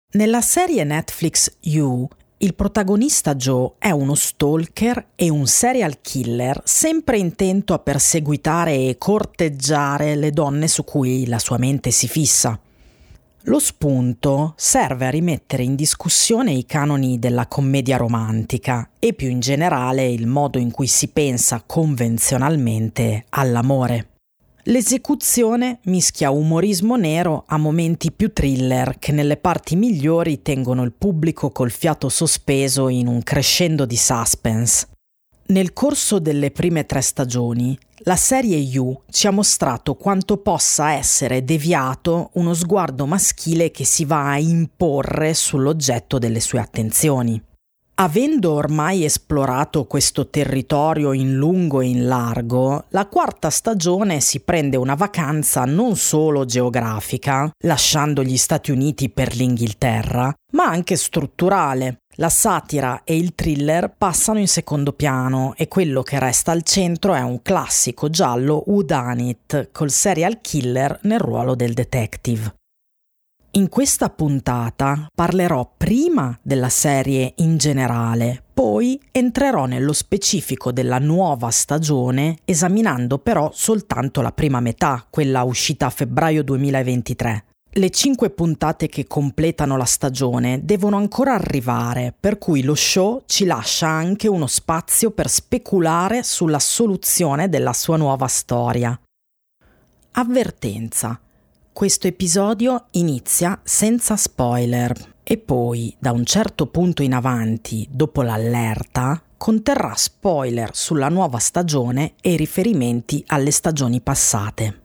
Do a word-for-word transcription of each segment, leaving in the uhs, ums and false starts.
Nella serie Netflix You, il protagonista Joe è uno stalker e un serial killer sempre intento a perseguitare e corteggiare le donne su cui la sua mente si fissa. Lo spunto serve a rimettere in discussione i canoni della commedia romantica e più in generale il modo in cui si pensa convenzionalmente all'amore. L'esecuzione mischia umorismo nero a momenti più thriller che nelle parti migliori tengono il pubblico col fiato sospeso in un crescendo di suspense. Nel corso delle prime tre stagioni, la serie You ci ha mostrato quanto possa essere deviato uno sguardo maschile che si va a imporre sull'oggetto delle sue attenzioni. Avendo ormai esplorato questo territorio in lungo e in largo, la quarta stagione si prende una vacanza non solo geografica, lasciando gli Stati Uniti per l'Inghilterra, ma anche strutturale. La satira e il thriller passano in secondo piano e quello che resta al centro è un classico giallo whodunit col serial killer nel ruolo del detective. In questa puntata parlerò prima della serie in generale, poi entrerò nello specifico della nuova stagione, esaminando però soltanto la prima metà, quella uscita a febbraio duemilaventitré. Le cinque puntate che completano la stagione devono ancora arrivare, per cui lo show ci lascia anche uno spazio per speculare sulla soluzione della sua nuova storia. Avvertenza. Questo episodio inizia senza spoiler e poi, da un certo punto in avanti, dopo l'allerta, conterrà spoiler sulla nuova stagione e riferimenti alle stagioni passate.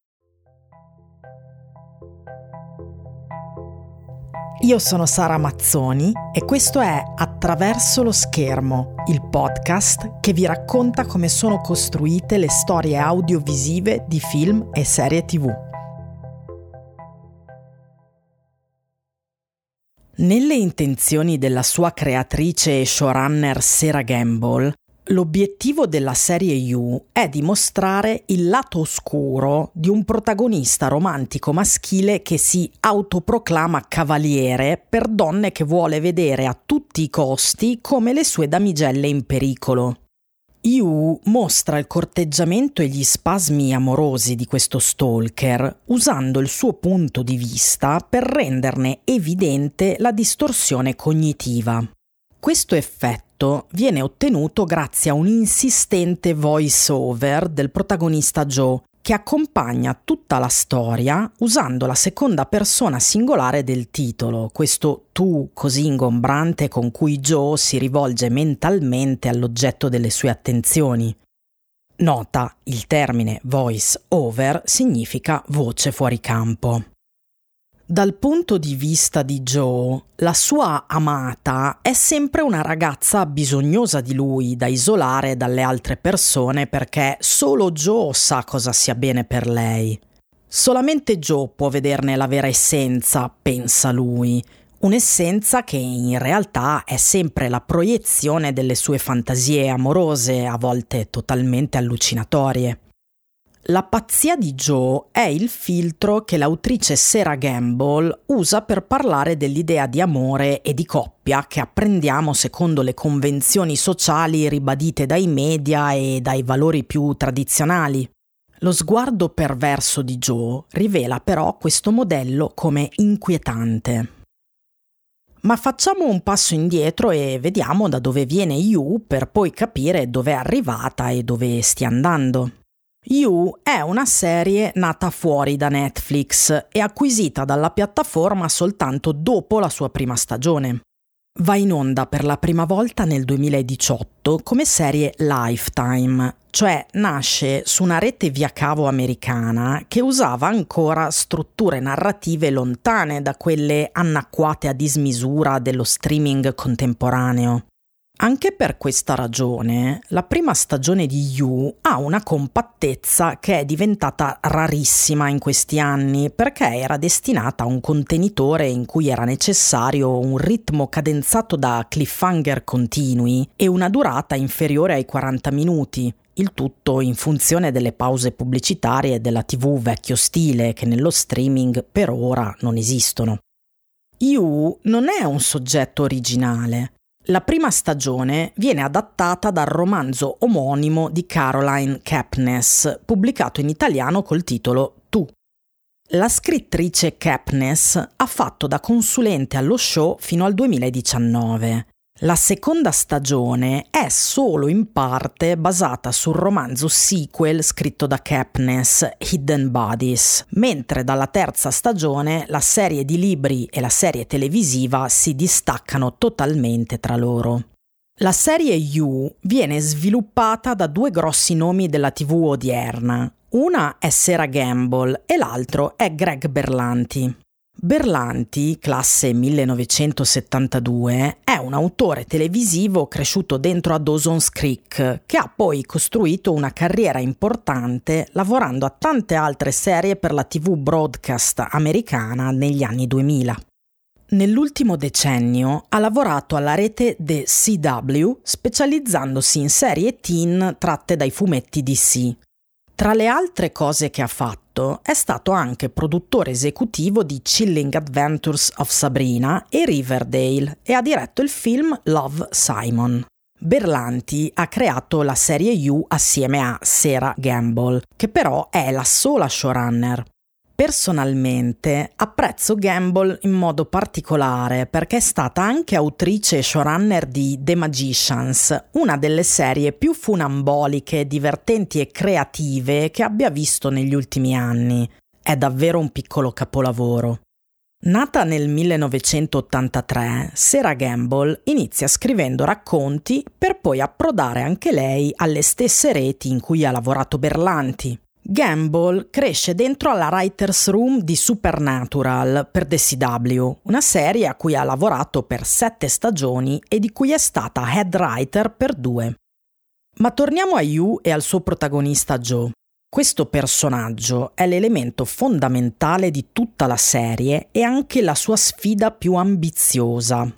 Io sono Sara Mazzoni e questo è Attraverso lo schermo, il podcast che vi racconta come sono costruite le storie audiovisive di film e serie tivù. Nelle intenzioni della sua creatrice e showrunner Sera Gamble, l'obiettivo della serie You è dimostrare il lato oscuro di un protagonista romantico maschile che si autoproclama cavaliere per donne che vuole vedere a tutti i costi come le sue damigelle in pericolo. You mostra il corteggiamento e gli spasmi amorosi di questo stalker usando il suo punto di vista per renderne evidente la distorsione cognitiva. Questo effetto viene ottenuto grazie a un insistente voice-over del protagonista Joe che accompagna tutta la storia usando la seconda persona singolare del titolo, questo tu così ingombrante con cui Joe si rivolge mentalmente all'oggetto delle sue attenzioni. Nota, il termine voice-over significa voce fuori campo. Dal punto di vista di Joe, la sua amata è sempre una ragazza bisognosa di lui, da isolare dalle altre persone perché solo Joe sa cosa sia bene per lei. Solamente Joe può vederne la vera essenza, pensa lui, un'essenza che in realtà è sempre la proiezione delle sue fantasie amorose, a volte totalmente allucinatorie. La pazzia di Joe è il filtro che l'autrice Sera Gamble usa per parlare dell'idea di amore e di coppia che apprendiamo secondo le convenzioni sociali ribadite dai media e dai valori più tradizionali. Lo sguardo perverso di Joe rivela però questo modello come inquietante. Ma facciamo un passo indietro e vediamo da dove viene You per poi capire dove è arrivata e dove stia andando. You è una serie nata fuori da Netflix e acquisita dalla piattaforma soltanto dopo la sua prima stagione. Va in onda per la prima volta nel duemiladiciotto come serie Lifetime, cioè nasce su una rete via cavo americana che usava ancora strutture narrative lontane da quelle annacquate a dismisura dello streaming contemporaneo. Anche per questa ragione, la prima stagione di You ha una compattezza che è diventata rarissima in questi anni perché era destinata a un contenitore in cui era necessario un ritmo cadenzato da cliffhanger continui e una durata inferiore ai quaranta minuti, il tutto in funzione delle pause pubblicitarie della tivù vecchio stile che nello streaming per ora non esistono. Hugh non è un soggetto originale. La prima stagione viene adattata dal romanzo omonimo di Caroline Kepnes, pubblicato in italiano col titolo Tu. La scrittrice Kepnes ha fatto da consulente allo show fino al duemiladiciannove. La seconda stagione è solo in parte basata sul romanzo sequel scritto da Kepnes, Hidden Bodies, mentre dalla terza stagione la serie di libri e la serie televisiva si distaccano totalmente tra loro. La serie You viene sviluppata da due grossi nomi della tivù odierna. Una è Sera Gamble e l'altro è Greg Berlanti. Berlanti, classe millenovecentosettantadue, è un autore televisivo cresciuto dentro a Dawson's Creek, che ha poi costruito una carriera importante lavorando a tante altre serie per la tivù broadcast americana negli anni duemila. Nell'ultimo decennio ha lavorato alla rete The C W, specializzandosi in serie teen tratte dai fumetti D C. Tra le altre cose che ha fatto, è stato anche produttore esecutivo di Chilling Adventures of Sabrina e Riverdale e ha diretto il film Love, Simon. Berlanti ha creato la serie You assieme a Sera Gamble, che però è la sola showrunner. Personalmente apprezzo Gamble in modo particolare perché è stata anche autrice e showrunner di The Magicians, una delle serie più funamboliche, divertenti e creative che abbia visto negli ultimi anni. È davvero un piccolo capolavoro. Nata nel millenovecentottantatré, Sera Gamble inizia scrivendo racconti per poi approdare anche lei alle stesse reti in cui ha lavorato Berlanti. Gamble cresce dentro alla writer's room di Supernatural per The C W, una serie a cui ha lavorato per sette stagioni e di cui è stata head writer per due. Ma torniamo a You e al suo protagonista Joe. Questo personaggio è l'elemento fondamentale di tutta la serie e anche la sua sfida più ambiziosa.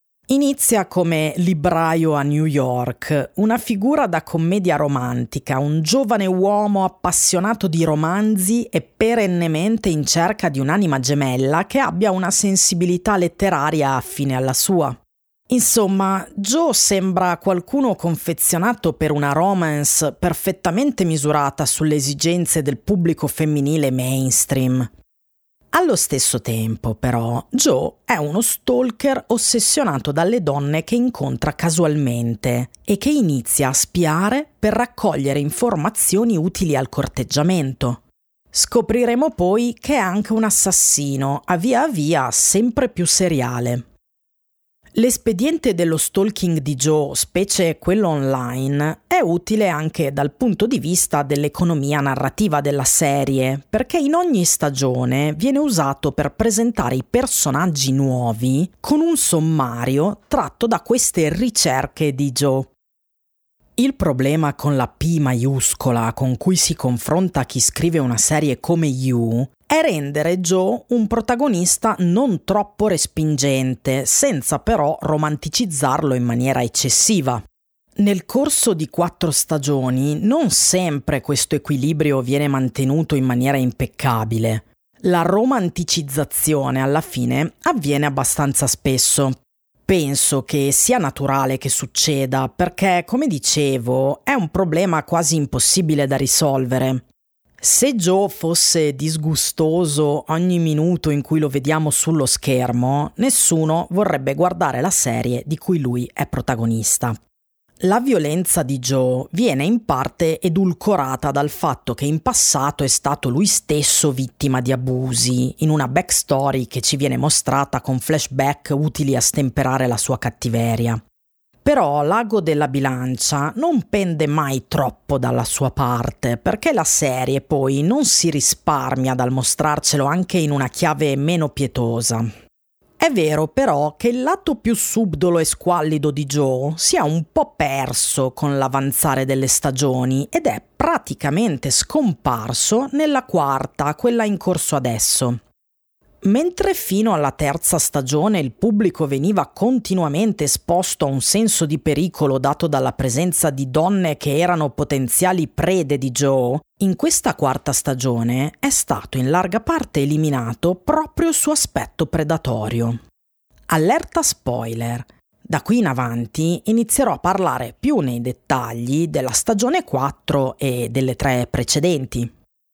Inizia come libraio a New York, una figura da commedia romantica, un giovane uomo appassionato di romanzi e perennemente in cerca di un'anima gemella che abbia una sensibilità letteraria affine alla sua. Insomma, Joe sembra qualcuno confezionato per una romance perfettamente misurata sulle esigenze del pubblico femminile mainstream. Allo stesso tempo, però, Joe è uno stalker ossessionato dalle donne che incontra casualmente e che inizia a spiare per raccogliere informazioni utili al corteggiamento. Scopriremo poi che è anche un assassino, a via a via sempre più seriale. L'espediente dello stalking di Joe, specie quello online, è utile anche dal punto di vista dell'economia narrativa della serie, perché in ogni stagione viene usato per presentare i personaggi nuovi con un sommario tratto da queste ricerche di Joe. Il problema con la P maiuscola con cui si confronta chi scrive una serie come You è rendere Joe un protagonista non troppo respingente, senza però romanticizzarlo in maniera eccessiva. Nel corso di quattro stagioni non sempre questo equilibrio viene mantenuto in maniera impeccabile. La romanticizzazione alla fine avviene abbastanza spesso. Penso che sia naturale che succeda perché, come dicevo, è un problema quasi impossibile da risolvere. Se Joe fosse disgustoso ogni minuto in cui lo vediamo sullo schermo, nessuno vorrebbe guardare la serie di cui lui è protagonista. La violenza di Joe viene in parte edulcorata dal fatto che in passato è stato lui stesso vittima di abusi, in una backstory che ci viene mostrata con flashback utili a stemperare la sua cattiveria. Però l'ago della bilancia non pende mai troppo dalla sua parte, perché la serie poi non si risparmia dal mostrarcelo anche in una chiave meno pietosa. È vero però che il lato più subdolo e squallido di Joe si è un po' perso con l'avanzare delle stagioni ed è praticamente scomparso nella quarta, quella in corso adesso. Mentre fino alla terza stagione il pubblico veniva continuamente esposto a un senso di pericolo dato dalla presenza di donne che erano potenziali prede di Joe, in questa quarta stagione è stato in larga parte eliminato proprio il suo aspetto predatorio. Allerta spoiler! Da qui in avanti inizierò a parlare più nei dettagli della stagione quattro e delle tre precedenti.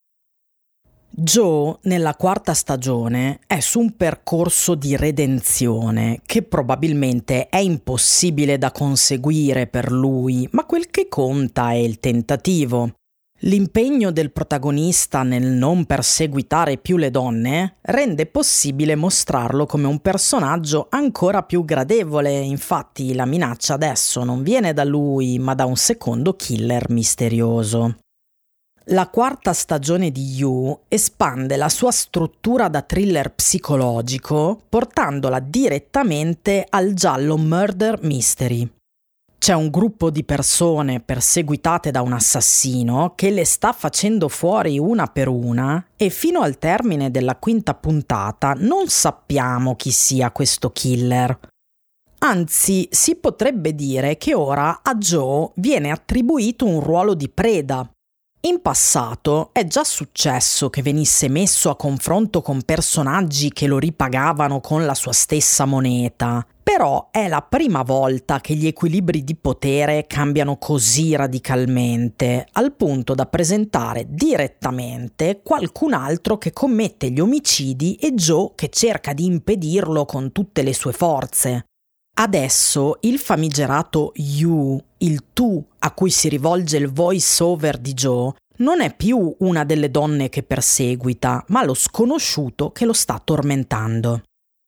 Joe, nella quarta stagione, è su un percorso di redenzione che probabilmente è impossibile da conseguire per lui, ma quel che conta è il tentativo. L'impegno del protagonista nel non perseguitare più le donne rende possibile mostrarlo come un personaggio ancora più gradevole, infatti la minaccia adesso non viene da lui, ma da un secondo killer misterioso. La quarta stagione di You espande la sua struttura da thriller psicologico portandola direttamente al giallo murder mystery. C'è un gruppo di persone perseguitate da un assassino che le sta facendo fuori una per una e fino al termine della quinta puntata non sappiamo chi sia questo killer. Anzi, si potrebbe dire che ora a Joe viene attribuito un ruolo di preda. In passato è già successo che venisse messo a confronto con personaggi che lo ripagavano con la sua stessa moneta, però è la prima volta che gli equilibri di potere cambiano così radicalmente, al punto da presentare direttamente qualcun altro che commette gli omicidi e Joe che cerca di impedirlo con tutte le sue forze. Adesso il famigerato You, il tu a cui si rivolge il voice over di Joe, non è più una delle donne che perseguita, ma lo sconosciuto che lo sta tormentando.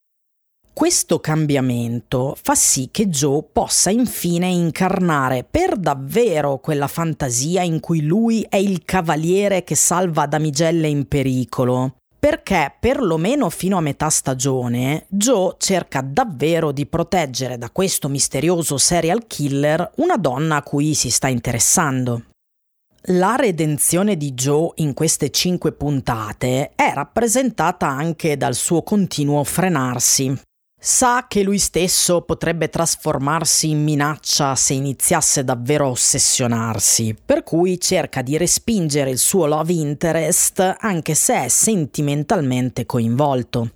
Questo cambiamento fa sì che Joe possa infine incarnare per davvero quella fantasia in cui lui è il cavaliere che salva damigelle in pericolo. Perché perlomeno fino a metà stagione Joe cerca davvero di proteggere da questo misterioso serial killer una donna a cui si sta interessando. La redenzione di Joe in queste cinque puntate è rappresentata anche dal suo continuo frenarsi. Sa che lui stesso potrebbe trasformarsi in minaccia se iniziasse davvero a ossessionarsi, per cui cerca di respingere il suo love interest anche se è sentimentalmente coinvolto.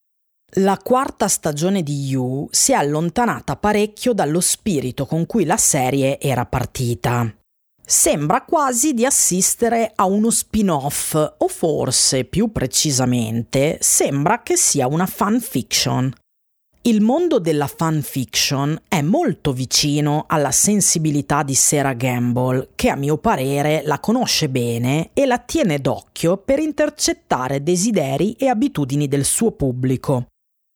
La quarta stagione di You si è allontanata parecchio dallo spirito con cui la serie era partita. Sembra quasi di assistere a uno spin-off, o forse, più precisamente, sembra che sia una fanfiction. Il mondo della fanfiction è molto vicino alla sensibilità di Sera Gamble, che a mio parere la conosce bene e la tiene d'occhio per intercettare desideri e abitudini del suo pubblico.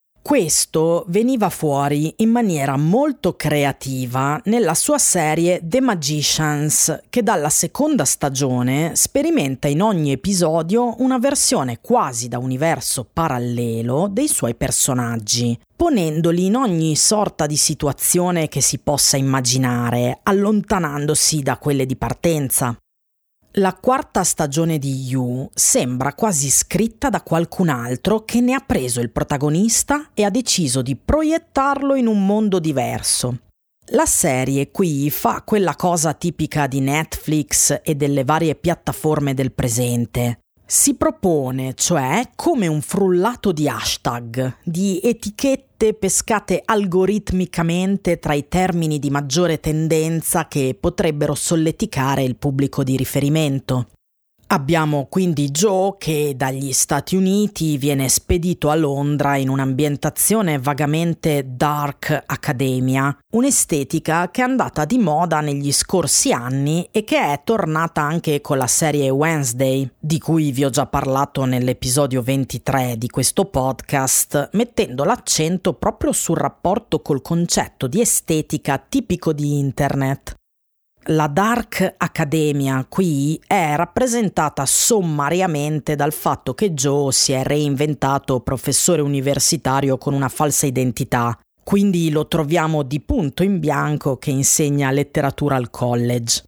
Questo veniva fuori in maniera molto creativa nella sua serie The Magicians, che dalla seconda stagione sperimenta in ogni episodio una versione quasi da universo parallelo dei suoi personaggi, ponendoli in ogni sorta di situazione che si possa immaginare, allontanandosi da quelle di partenza. La quarta stagione di You sembra quasi scritta da qualcun altro che ne ha preso il protagonista e ha deciso di proiettarlo in un mondo diverso. La serie qui fa quella cosa tipica di Netflix e delle varie piattaforme del presente. Si propone, cioè, come un frullato di hashtag, di etichette pescate algoritmicamente tra i termini di maggiore tendenza che potrebbero solleticare il pubblico di riferimento. Abbiamo quindi Joe che dagli Stati Uniti viene spedito a Londra in un'ambientazione vagamente dark academia, un'estetica che è andata di moda negli scorsi anni e che è tornata anche con la serie Wednesday, di cui vi ho già parlato nell'episodio ventitré di questo podcast, mettendo l'accento proprio sul rapporto col concetto di estetica tipico di internet. La Dark Academia qui è rappresentata sommariamente dal fatto che Joe si è reinventato professore universitario con una falsa identità, quindi lo troviamo di punto in bianco che insegna letteratura al college.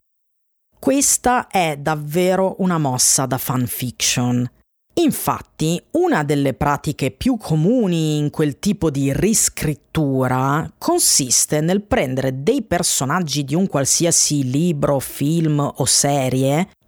Questa è davvero una mossa da fanfiction. Infatti, una delle pratiche più comuni in quel tipo di riscrittura consiste nel prendere dei personaggi di un qualsiasi libro, film o serie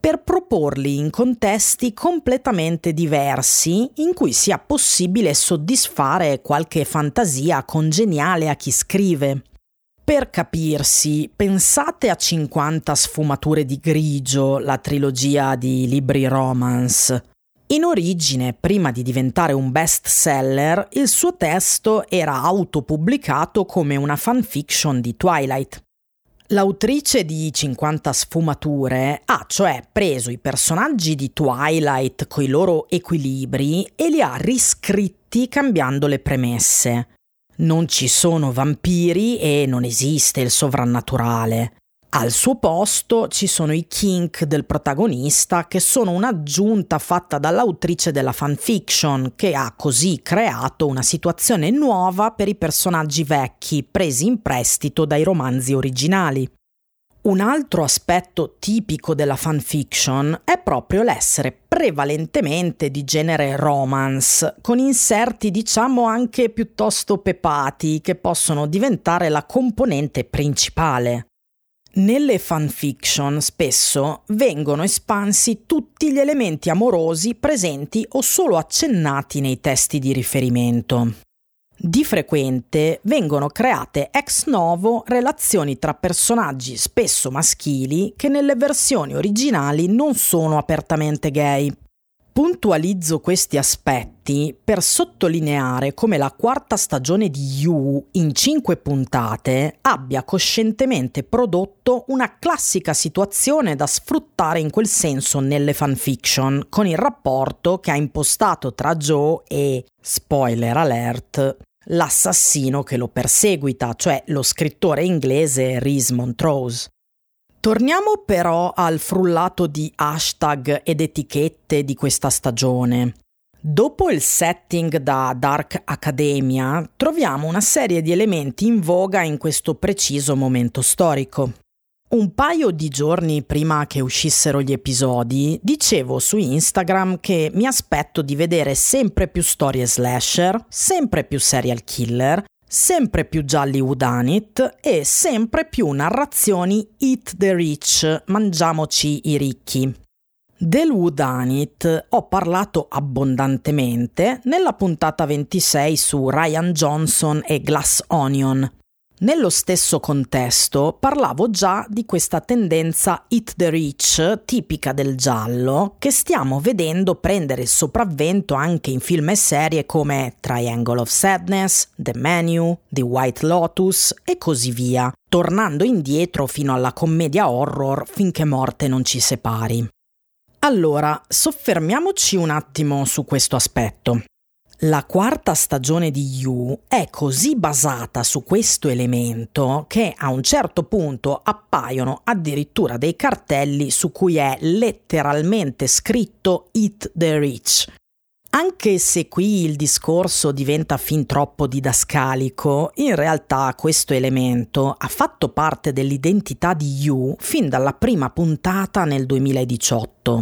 per proporli in contesti completamente diversi in cui sia possibile soddisfare qualche fantasia congeniale a chi scrive. Per capirsi, pensate a cinquanta sfumature di grigio, la trilogia di libri romance. In origine, prima di diventare un bestseller, il suo testo era autopubblicato come una fanfiction di Twilight. L'autrice di cinquanta sfumature ha cioè preso i personaggi di Twilight coi loro equilibri e li ha riscritti cambiando le premesse. Non ci sono vampiri e non esiste il sovrannaturale. Al suo posto ci sono i kink del protagonista, che sono un'aggiunta fatta dall'autrice della fanfiction, che ha così creato una situazione nuova per i personaggi vecchi presi in prestito dai romanzi originali. Un altro aspetto tipico della fanfiction è proprio l'essere prevalentemente di genere romance, con inserti diciamo anche piuttosto pepati che possono diventare la componente principale. Nelle fanfiction spesso vengono espansi tutti gli elementi amorosi presenti o solo accennati nei testi di riferimento. Di frequente vengono create ex novo relazioni tra personaggi spesso maschili che nelle versioni originali non sono apertamente gay. Puntualizzo questi aspetti per sottolineare come la quarta stagione di You, in cinque puntate, abbia coscientemente prodotto una classica situazione da sfruttare in quel senso nelle fanfiction, con il rapporto che ha impostato tra Joe e, spoiler alert, l'assassino che lo perseguita, cioè lo scrittore inglese Rhys Montrose. Torniamo però al frullato di hashtag ed etichette di questa stagione. Dopo il setting da Dark Academia, troviamo una serie di elementi in voga in questo preciso momento storico. Un paio di giorni prima che uscissero gli episodi, dicevo su Instagram che mi aspetto di vedere sempre più storie slasher, sempre più serial killer, sempre più gialli whodunit e sempre più narrazioni eat the rich, mangiamoci i ricchi. Del whodunit ho parlato abbondantemente nella puntata ventisei su Ryan Johnson e Glass Onion. Nello stesso contesto parlavo già di questa tendenza eat the rich tipica del giallo che stiamo vedendo prendere il sopravvento anche in film e serie come Triangle of Sadness, The Menu, The White Lotus e così via, tornando indietro fino alla commedia horror finché morte non ci separi. Allora, soffermiamoci un attimo su questo aspetto. La quarta stagione di You è così basata su questo elemento che a un certo punto appaiono addirittura dei cartelli su cui è letteralmente scritto Eat the Rich. Anche se qui il discorso diventa fin troppo didascalico, in realtà questo elemento ha fatto parte dell'identità di You fin dalla prima puntata nel duemiladiciotto.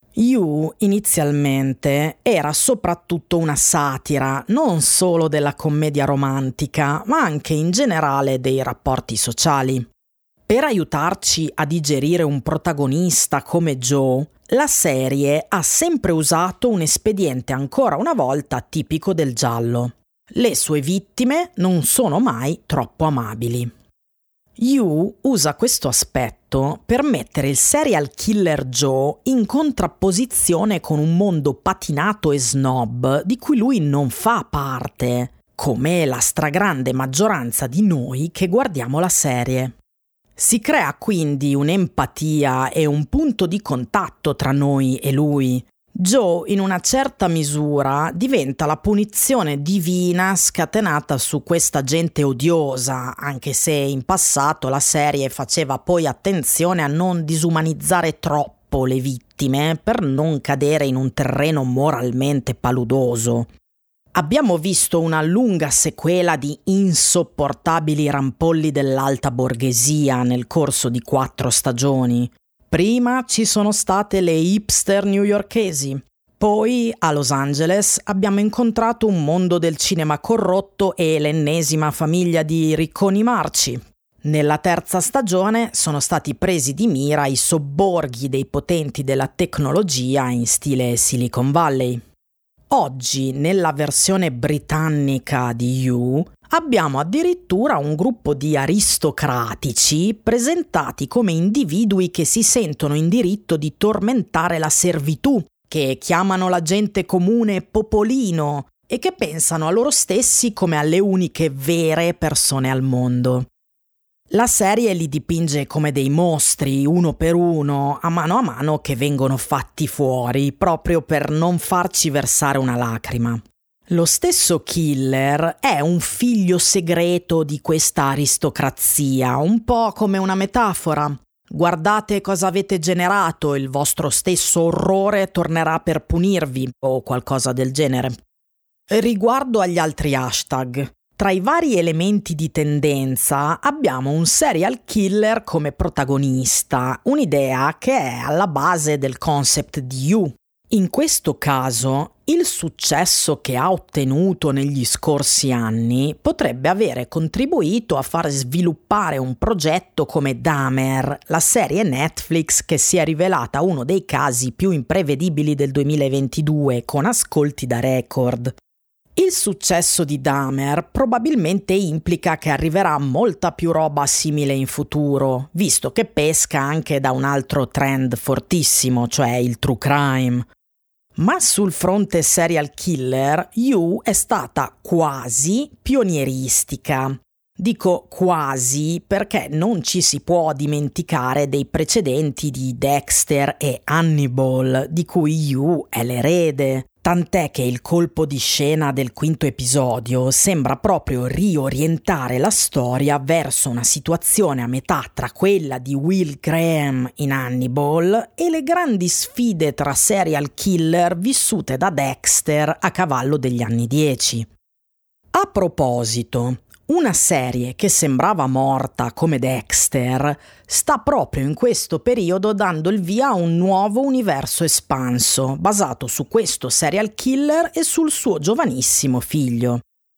You inizialmente era soprattutto una satira non solo della commedia romantica, ma anche in generale dei rapporti sociali. Per aiutarci a digerire un protagonista come Joe, la serie ha sempre usato un espediente ancora una volta tipico del giallo. Le sue vittime non sono mai troppo amabili. You usa questo aspetto per mettere il serial killer Joe in contrapposizione con un mondo patinato e snob di cui lui non fa parte, come la stragrande maggioranza di noi che guardiamo la serie. Si crea quindi un'empatia e un punto di contatto tra noi e lui. Joe, in una certa misura, diventa la punizione divina scatenata su questa gente odiosa, anche se in passato la serie faceva poi attenzione a non disumanizzare troppo le vittime per non cadere in un terreno moralmente paludoso. Abbiamo visto una lunga sequela di insopportabili rampolli dell'alta borghesia nel corso di quattro stagioni. Prima ci sono state le hipster newyorkesi, poi a Los Angeles abbiamo incontrato un mondo del cinema corrotto e l'ennesima famiglia di ricconi marci. Nella terza stagione sono stati presi di mira i sobborghi dei potenti della tecnologia in stile Silicon Valley. Oggi, nella versione britannica di You, abbiamo addirittura un gruppo di aristocratici presentati come individui che si sentono in diritto di tormentare la servitù, che chiamano la gente comune popolino e che pensano a loro stessi come alle uniche vere persone al mondo. La serie li dipinge come dei mostri, uno per uno, a mano a mano che vengono fatti fuori, proprio per non farci versare una lacrima. Lo stesso killer è un figlio segreto di questa aristocrazia, un po' come una metafora. Guardate cosa avete generato, il vostro stesso orrore tornerà per punirvi, o qualcosa del genere. Riguardo agli altri hashtag, tra i vari elementi di tendenza abbiamo un serial killer come protagonista, un'idea che è alla base del concept di You. In questo caso, il successo che ha ottenuto negli scorsi anni potrebbe avere contribuito a far sviluppare un progetto come Dahmer, la serie Netflix che si è rivelata uno dei casi più imprevedibili del duemilaventidue, con ascolti da record. Il successo di Dahmer probabilmente implica che arriverà molta più roba simile in futuro, visto che pesca anche da un altro trend fortissimo, cioè il true crime. Ma sul fronte serial killer, You è stata quasi pionieristica. Dico quasi perché non ci si può dimenticare dei precedenti di Dexter e Hannibal, di cui You è l'erede. Tant'è che il colpo di scena del quinto episodio sembra proprio riorientare la storia verso una situazione a metà tra quella di Will Graham in Hannibal e le grandi sfide tra serial killer vissute da Dexter a cavallo degli anni dieci. A proposito, una serie che sembrava morta come Dexter sta proprio in questo periodo dando il via a un nuovo universo espanso, basato su questo serial killer e sul suo giovanissimo figlio.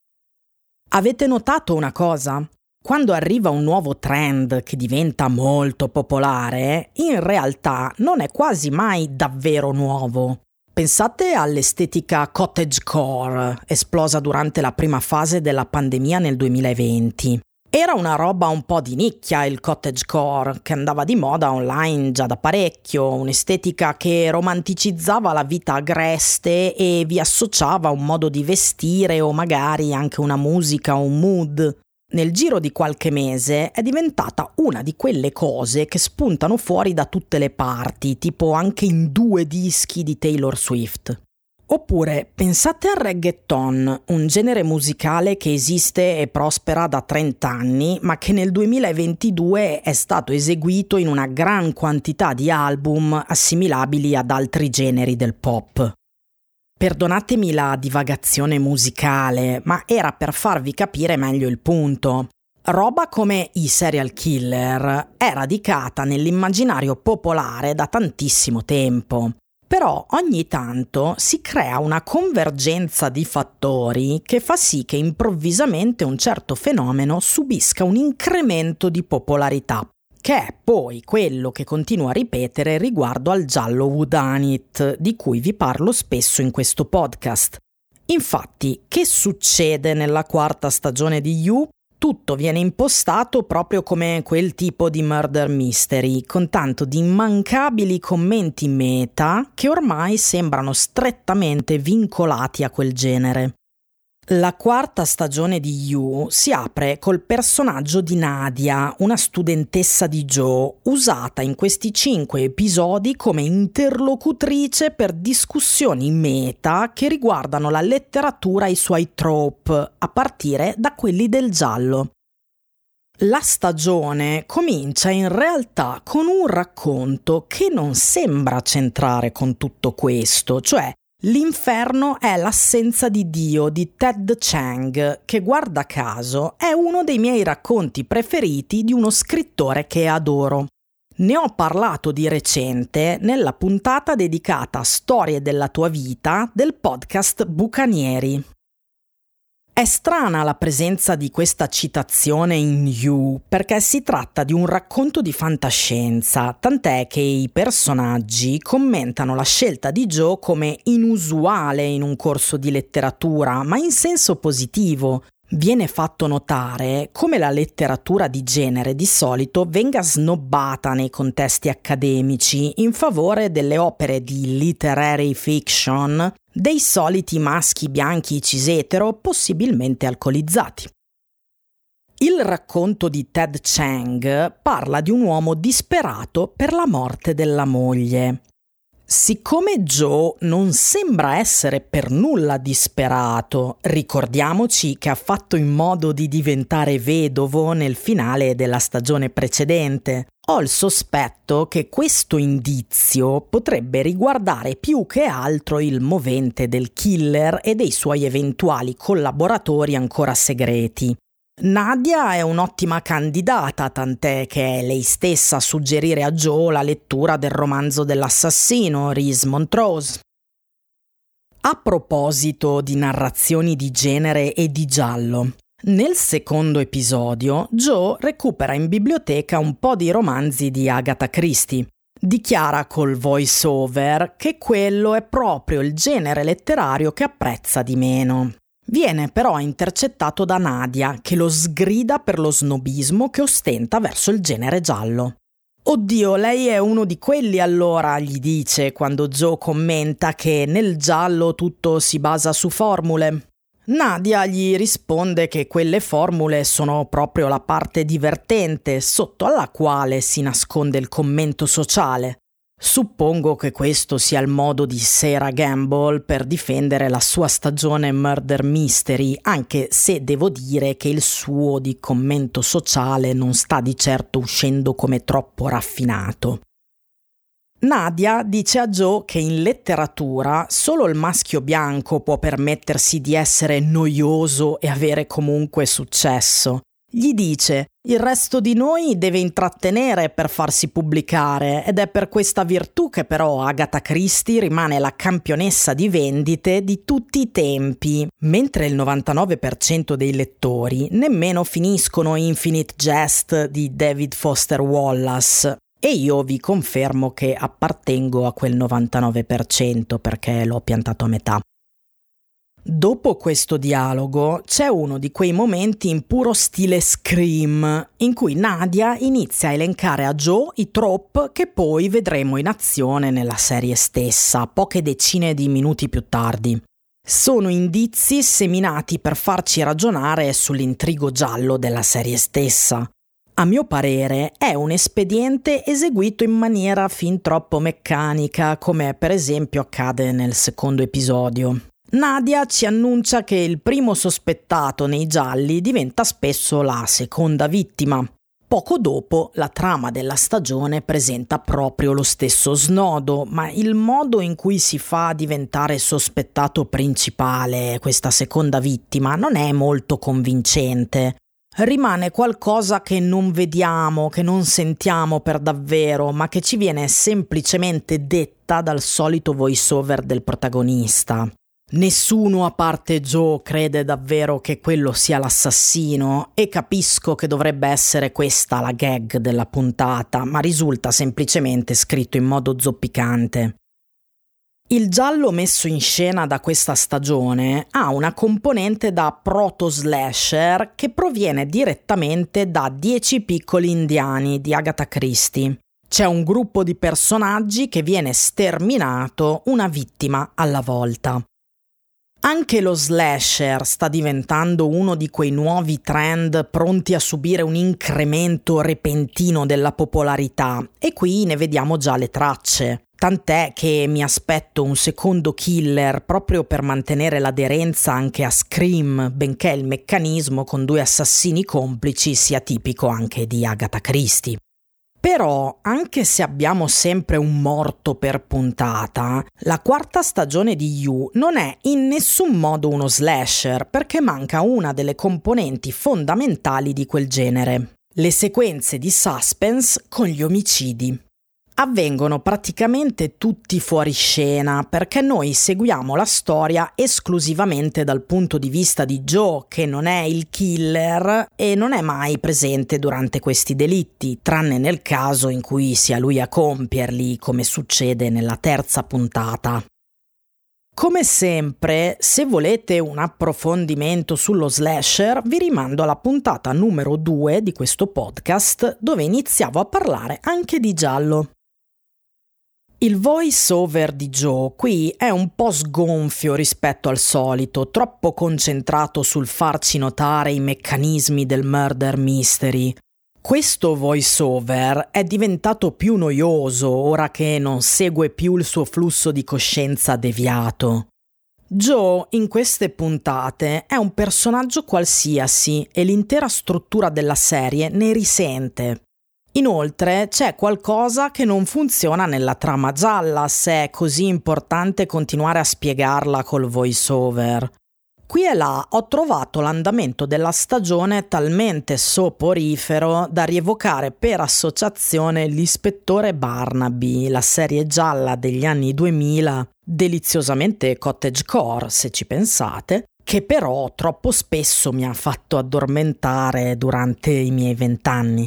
Avete notato una cosa? Quando arriva un nuovo trend che diventa molto popolare, in realtà non è quasi mai davvero nuovo. Pensate all'estetica cottagecore, esplosa durante la prima fase della pandemia nel duemilaventi. Era una roba un po' di nicchia il cottagecore, che andava di moda online già da parecchio, un'estetica che romanticizzava la vita agreste e vi associava un modo di vestire o magari anche una musica o un mood. Nel giro di qualche mese è diventata una di quelle cose che spuntano fuori da tutte le parti, tipo anche in due dischi di Taylor Swift. Oppure pensate al reggaeton, un genere musicale che esiste e prospera da trenta anni, ma che nel duemilaventidue è stato eseguito in una gran quantità di album assimilabili ad altri generi del pop. Perdonatemi la divagazione musicale, ma era per farvi capire meglio il punto. Roba come i serial killer è radicata nell'immaginario popolare da tantissimo tempo. Però ogni tanto si crea una convergenza di fattori che fa sì che improvvisamente un certo fenomeno subisca un incremento di popolarità, che è poi quello che continuo a ripetere riguardo al giallo whodunit, di cui vi parlo spesso in questo podcast. Infatti, che succede nella quarta stagione di You? Tutto viene impostato proprio come quel tipo di murder mystery, con tanto di immancabili commenti meta che ormai sembrano strettamente vincolati a quel genere. La quarta stagione di You si apre col personaggio di Nadia, una studentessa di Joe, usata in questi cinque episodi come interlocutrice per discussioni meta che riguardano la letteratura e i suoi trope, a partire da quelli del giallo. La stagione comincia in realtà con un racconto che non sembra centrare con tutto questo, cioè L'inferno è l'assenza di Dio di Ted Chiang, che guarda caso è uno dei miei racconti preferiti di uno scrittore che adoro. Ne ho parlato di recente nella puntata dedicata a Storie della tua vita del podcast Bucanieri. È strana la presenza di questa citazione in You perché si tratta di un racconto di fantascienza, tant'è che i personaggi commentano la scelta di Joe come inusuale in un corso di letteratura, ma in senso positivo. Viene fatto notare come la letteratura di genere di solito venga snobbata nei contesti accademici in favore delle opere di literary fiction dei soliti maschi bianchi cisetero possibilmente alcolizzati. Il racconto di Ted Chiang parla di un uomo disperato per la morte della moglie. Siccome Joe non sembra essere per nulla disperato, ricordiamoci che ha fatto in modo di diventare vedovo nel finale della stagione precedente, ho il sospetto che questo indizio potrebbe riguardare più che altro il movente del killer e dei suoi eventuali collaboratori ancora segreti. Nadia è un'ottima candidata, tant'è che è lei stessa a suggerire a Joe la lettura del romanzo dell'assassino, Reese Montrose. A proposito di narrazioni di genere e di giallo, nel secondo episodio Joe recupera in biblioteca un po' di romanzi di Agatha Christie. Dichiara col voice over che quello è proprio il genere letterario che apprezza di meno. Viene però intercettato da Nadia, che lo sgrida per lo snobismo che ostenta verso il genere giallo. «Oddio, lei è uno di quelli allora», gli dice quando Joe commenta che nel giallo tutto si basa su formule. Nadia gli risponde che quelle formule sono proprio la parte divertente, sotto alla quale si nasconde il commento sociale. Suppongo che questo sia il modo di Sarah Gamble per difendere la sua stagione Murder Mystery, anche se devo dire che il suo di commento sociale non sta di certo uscendo come troppo raffinato. Nadia dice a Joe che in letteratura solo il maschio bianco può permettersi di essere noioso e avere comunque successo. Gli dice: il resto di noi deve intrattenere per farsi pubblicare ed è per questa virtù che però Agatha Christie rimane la campionessa di vendite di tutti i tempi, mentre il novantanove per cento dei lettori nemmeno finiscono Infinite Jest di David Foster Wallace. E io vi confermo che appartengo a quel novantanove per cento perché l'ho piantato a metà. Dopo questo dialogo c'è uno di quei momenti in puro stile Scream, in cui Nadia inizia a elencare a Joe i trope che poi vedremo in azione nella serie stessa, poche decine di minuti più tardi. Sono indizi seminati per farci ragionare sull'intrigo giallo della serie stessa. A mio parere è un espediente eseguito in maniera fin troppo meccanica, come per esempio accade nel secondo episodio. Nadia ci annuncia che il primo sospettato nei gialli diventa spesso la seconda vittima. Poco dopo la trama della stagione presenta proprio lo stesso snodo, ma il modo in cui si fa diventare sospettato principale questa seconda vittima non è molto convincente. Rimane qualcosa che non vediamo, che non sentiamo per davvero, ma che ci viene semplicemente detta dal solito voice-over del protagonista. Nessuno a parte Joe crede davvero che quello sia l'assassino e capisco che dovrebbe essere questa la gag della puntata, ma risulta semplicemente scritto in modo zoppicante. Il giallo messo in scena da questa stagione ha una componente da proto-slasher che proviene direttamente da Dieci piccoli indiani di Agatha Christie. C'è un gruppo di personaggi che viene sterminato, una vittima alla volta. Anche lo slasher sta diventando uno di quei nuovi trend pronti a subire un incremento repentino della popolarità e qui ne vediamo già le tracce. Tant'è che mi aspetto un secondo killer proprio per mantenere l'aderenza anche a Scream, benché il meccanismo con due assassini complici sia tipico anche di Agatha Christie. Però, anche se abbiamo sempre un morto per puntata, la quarta stagione di You non è in nessun modo uno slasher perché manca una delle componenti fondamentali di quel genere: le sequenze di suspense con gli omicidi. avvengono praticamente tutti fuori scena perché noi seguiamo la storia esclusivamente dal punto di vista di Joe, che non è il killer e non è mai presente durante questi delitti, tranne nel caso in cui sia lui a compierli, come succede nella terza puntata. Come sempre, se volete un approfondimento sullo slasher, vi rimando alla puntata numero due di questo podcast, dove iniziavo a parlare anche di giallo. Il voice over di Joe qui è un po' sgonfio rispetto al solito, troppo concentrato sul farci notare i meccanismi del murder mystery. Questo voice over è diventato più noioso ora che non segue più il suo flusso di coscienza deviato. Joe in queste puntate è un personaggio qualsiasi e l'intera struttura della serie ne risente. Inoltre c'è qualcosa che non funziona nella trama gialla se è così importante continuare a spiegarla col voice over. Qui e là ho trovato l'andamento della stagione talmente soporifero da rievocare per associazione l'Ispettore Barnaby, la serie gialla degli anni duemila, deliziosamente cottagecore se ci pensate, che però troppo spesso mi ha fatto addormentare durante i miei vent'anni.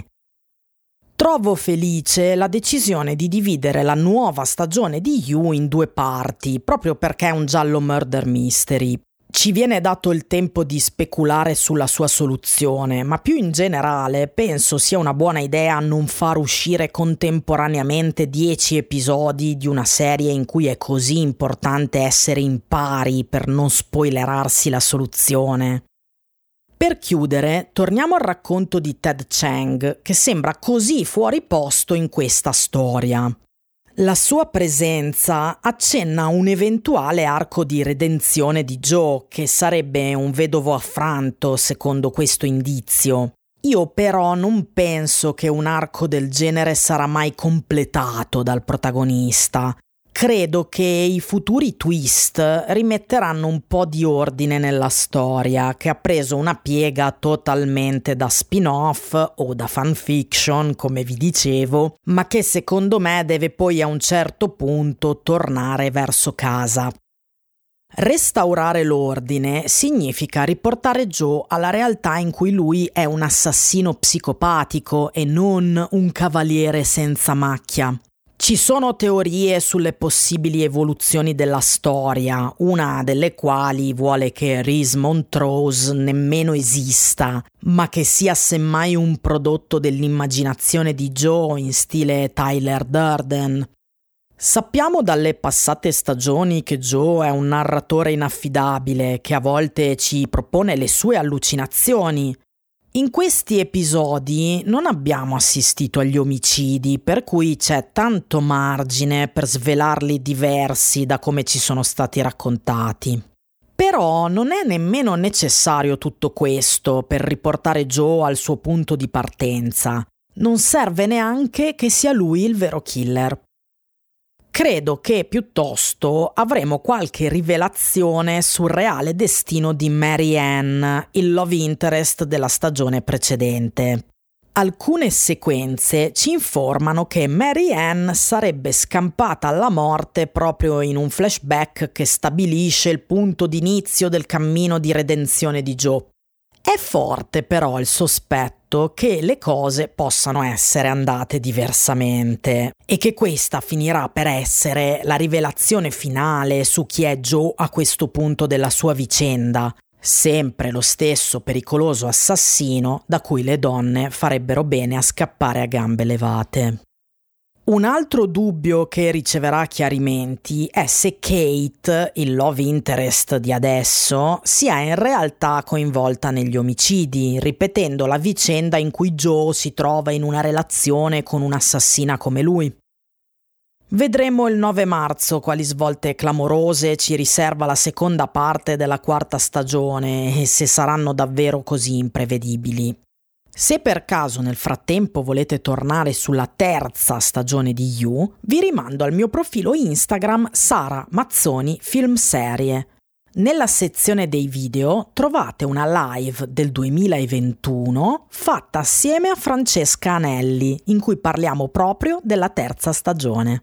Trovo felice la decisione di dividere la nuova stagione di You in due parti, proprio perché è un giallo murder mystery. Ci viene dato il tempo di speculare sulla sua soluzione, ma più in generale penso sia una buona idea non far uscire contemporaneamente dieci episodi di una serie in cui è così importante essere in pari per non spoilerarsi la soluzione. Per chiudere, torniamo al racconto di Ted Chiang, che sembra così fuori posto in questa storia. La sua presenza accenna a un eventuale arco di redenzione di Joe, che sarebbe un vedovo affranto, secondo questo indizio. Io però non penso che un arco del genere sarà mai completato dal protagonista. Credo che i futuri twist rimetteranno un po' di ordine nella storia, che ha preso una piega totalmente da spin-off o da fanfiction, come vi dicevo, ma che secondo me deve poi a un certo punto tornare verso casa. Restaurare l'ordine significa riportare Joe alla realtà in cui lui è un assassino psicopatico e non un cavaliere senza macchia. Ci sono teorie sulle possibili evoluzioni della storia, una delle quali vuole che Reese Montrose nemmeno esista, ma che sia semmai un prodotto dell'immaginazione di Joe in stile Tyler Durden. Sappiamo dalle passate stagioni che Joe è un narratore inaffidabile che a volte ci propone le sue allucinazioni. In questi episodi non abbiamo assistito agli omicidi, per cui c'è tanto margine per svelarli diversi da come ci sono stati raccontati. Però non è nemmeno necessario tutto questo per riportare Joe al suo punto di partenza. Non serve neanche che sia lui il vero killer. Credo che piuttosto avremo qualche rivelazione sul reale destino di Mary Ann, il love interest della stagione precedente. Alcune sequenze ci informano che Mary Ann sarebbe scampata alla morte proprio in un flashback che stabilisce il punto d'inizio del cammino di redenzione di Joe. È forte però il sospetto che le cose possano essere andate diversamente e che questa finirà per essere la rivelazione finale su chi è Joe a questo punto della sua vicenda, sempre lo stesso pericoloso assassino da cui le donne farebbero bene a scappare a gambe levate. Un altro dubbio che riceverà chiarimenti è se Kate, il love interest di adesso, sia in realtà coinvolta negli omicidi, ripetendo la vicenda in cui Joe si trova in una relazione con un'assassina come lui. Vedremo il nove marzo quali svolte clamorose ci riserva la seconda parte della quarta stagione e se saranno davvero così imprevedibili. Se per caso nel frattempo volete tornare sulla terza stagione di You, vi rimando al mio profilo Instagram Sara Mazzoni Film Serie. Nella sezione dei video trovate una live del duemilaventuno fatta assieme a Francesca Anelli, in cui parliamo proprio della terza stagione.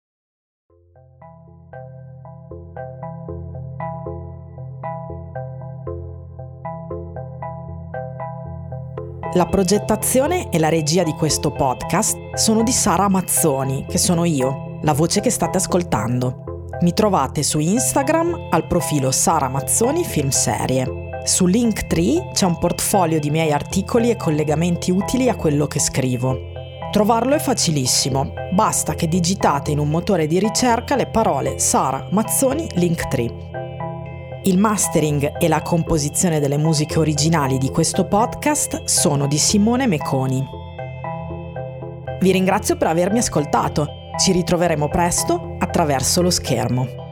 La progettazione e la regia di questo podcast sono di Sara Mazzoni, che sono io, la voce che state ascoltando. Mi trovate su Instagram al profilo Sara Mazzoni Film Serie. Su Linktree c'è un portfolio di miei articoli e collegamenti utili a quello che scrivo. Trovarlo è facilissimo, basta che digitate in un motore di ricerca le parole Sara Mazzoni Linktree. Il mastering e la composizione delle musiche originali di questo podcast sono di Simone Meconi. Vi ringrazio per avermi ascoltato. Ci ritroveremo presto attraverso lo schermo.